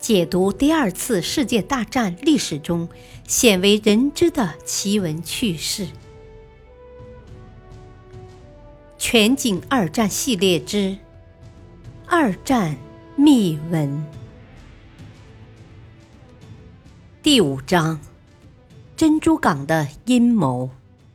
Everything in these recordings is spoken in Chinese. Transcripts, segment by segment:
解读第二次世界大战历史中鲜为人知的奇闻趣事。全景二战系列之二战秘闻第5章：珍珠港的阴谋。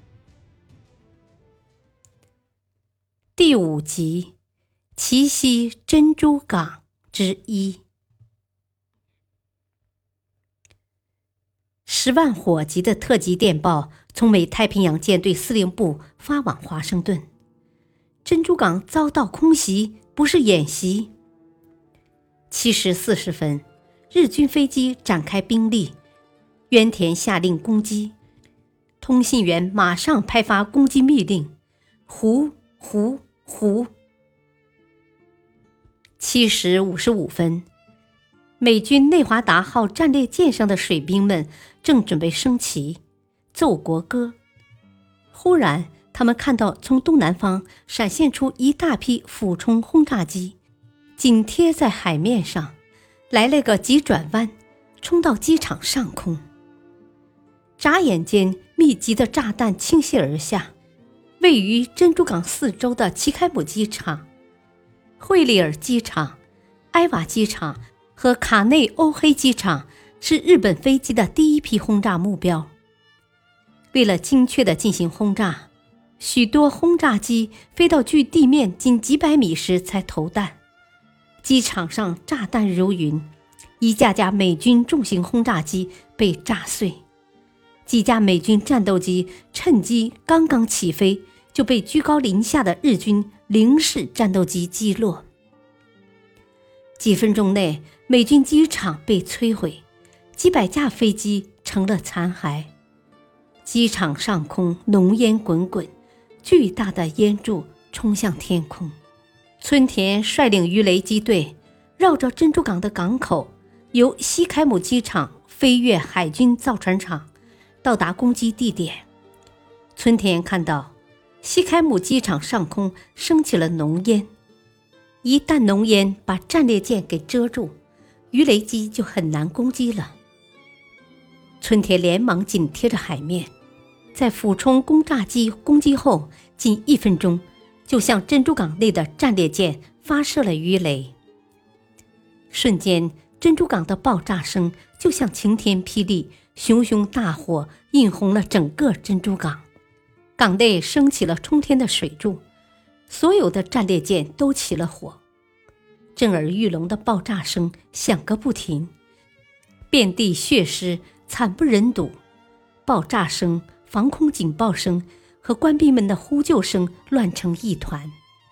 第5集：奇袭珍珠港之一。10万火急的特级电报从美太平洋舰队司令部发往华盛顿，珍珠港遭到空袭，不是演习。7时40分，日军飞机展开兵力，渊田下令攻击，通信员马上派发攻击密令：呼呼呼。7时55分，美军内华达号战列舰上的水兵们正准备升旗，奏国歌。忽然，他们看到从东南方闪现出一大批俯冲轰炸机，紧贴在海面上，来了个急转弯，冲到机场上空。眨眼间，密集的炸弹倾泻而下，位于珍珠港四周的奇凯姆机场、惠利尔机场、埃瓦机场和卡内欧黑机场是日本飞机的第一批轰炸目标。为了精确地进行轰炸，许多轰炸机飞到距地面仅几百米时才投弹。机场上炸弹如云，一架架美军重型轰炸机被炸碎，几架美军战斗机趁机刚刚起飞就被居高临下的日军零式战斗机击落。几分钟内，美军机场被摧毁，几百架飞机成了残骸。机场上空浓烟滚滚，巨大的烟柱冲向天空。村田率领鱼雷机队绕着珍珠港的港口，由西凯姆机场飞越海军造船厂，到达攻击地点。村田看到西凯姆机场上空升起了浓烟，一旦浓烟把战列舰给遮住，鱼雷机就很难攻击了。村田连忙紧贴着海面，在俯冲轰炸机攻击后仅1分钟，就向珍珠港内的战列舰发射了鱼雷。瞬间，珍珠港的爆炸声就像晴天霹雳，熊熊大火映红了整个珍珠港，港内升起了冲天的水柱，所有的战列舰都起了火，震耳欲聋的爆炸声响个不停，遍地血尸，惨不忍睹。爆炸声、防空警报声和官兵们的呼救声乱成一团。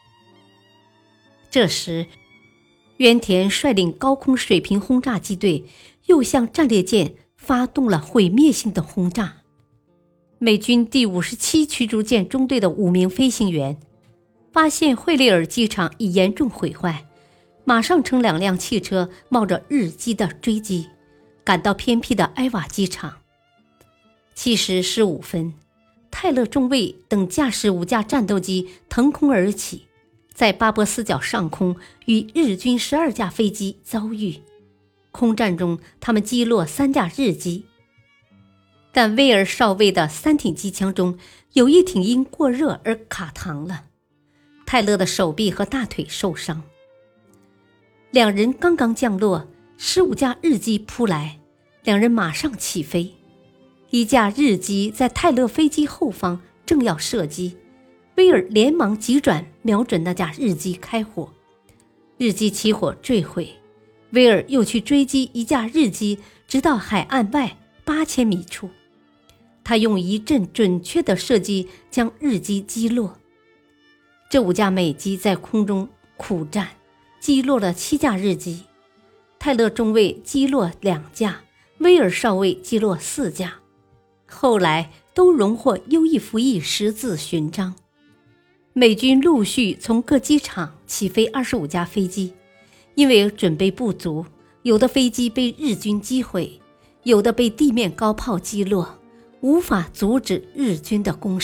这时，渊田率领高空水平轰炸机队又向战列舰发动了毁灭性的轰炸。美军第57驱逐舰中队的5名飞行员发现惠利尔机场已严重毁坏，马上乘2辆汽车冒着日机的追击，赶到偏僻的埃瓦机场。7时15分，泰勒中尉等驾驶5架战斗机腾空而起，在巴波斯角上空与日军12架飞机遭遇。空战中，他们击落3架日机，但威尔少尉的3挺机枪中有1挺因过热而卡膛了，泰勒的手臂和大腿受伤。2人刚刚降落，15架日机扑来，2人马上起飞。一架日机在泰勒飞机后方正要射击，威尔连忙急转瞄准那架日机开火，日机起火坠毁。威尔又去追击一架日机，直到海岸外8000米处，他用一阵准确的射击将日机击落。这5架美机在空中苦战，击落了7架日机，泰勒中尉击落2架，威尔少尉击落4架，后来都荣获优异服役10字勋章。美军陆续从各机场起飞25架飞机，因为准备不足，有的飞机被日军击毁，有的被地面高炮击落，无法阻止日军的攻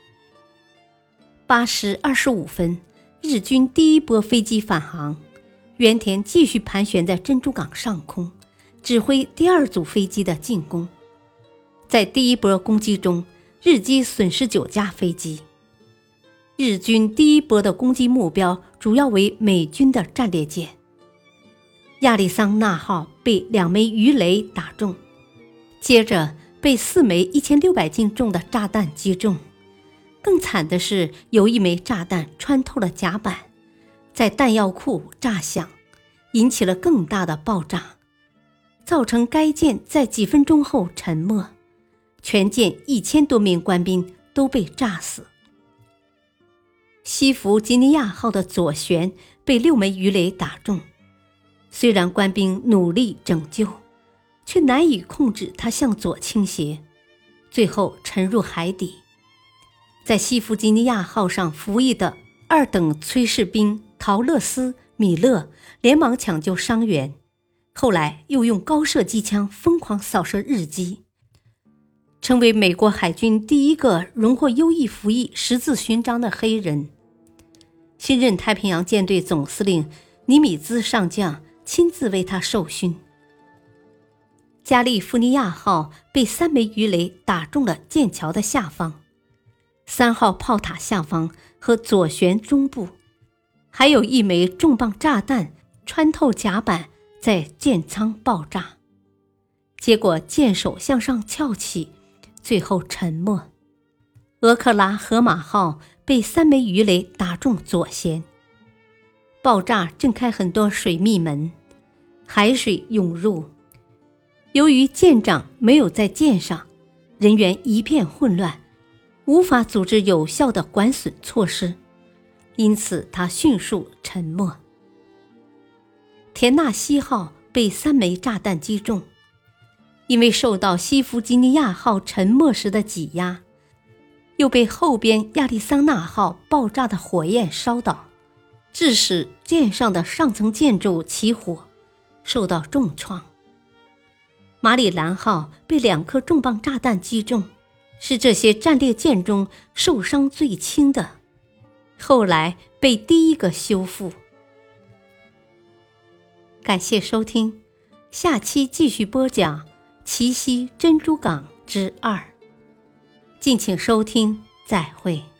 势。8时25分，日军第1波飞机返航， 原田继续盘旋在珍珠港上空，指挥第二组飞机的进攻。在第一波攻击中，日机损失9架飞机。日军第一波的攻击目标主要为美军的战列舰。亚利桑那号被2枚鱼雷打中，接着被4枚1600斤重的炸弹击中。更惨的是，有1枚炸弹穿透了甲板，在弹药库炸响，引起了更大的爆炸，造成该舰在几分钟后沉没，全舰1000多名官兵都被炸死。西弗吉尼亚号的左舷被6枚鱼雷打中，虽然官兵努力拯救，却难以控制它向左倾斜，最后沉入海底。在西弗吉尼亚号上服役的2等炊事兵陶勒斯、米勒连忙抢救伤员，后来又用高射机枪疯狂扫射日机，成为美国海军第一个荣获优异服役十字勋章的黑人。新任太平洋舰队总司令尼米兹上将亲自为他授勋。加利福尼亚号被3枚鱼雷打中了舰桥的下方，3号炮塔下方和左舷中部，还有1枚重磅炸弹穿透甲板，在舰舱爆炸，结果舰首向上翘起，最后沉没。俄克拉荷马号被3枚鱼雷打中左舷，爆炸震开很多水密门，海水涌入。由于舰长没有在舰上，人员一片混乱，无法组织有效的管损措施，因此他迅速沉没。田纳西号被3枚炸弹击中，因为受到西弗吉尼亚号沉没时的挤压，又被后边亚利桑那号爆炸的火焰烧倒，致使舰上的上层建筑起火，受到重创。马里兰号被2颗重磅炸弹击中，是这些战列舰中受伤最轻的，后来被第一个修复。感谢收听，下期继续播讲奇袭珍珠港之2。敬请收听，再会。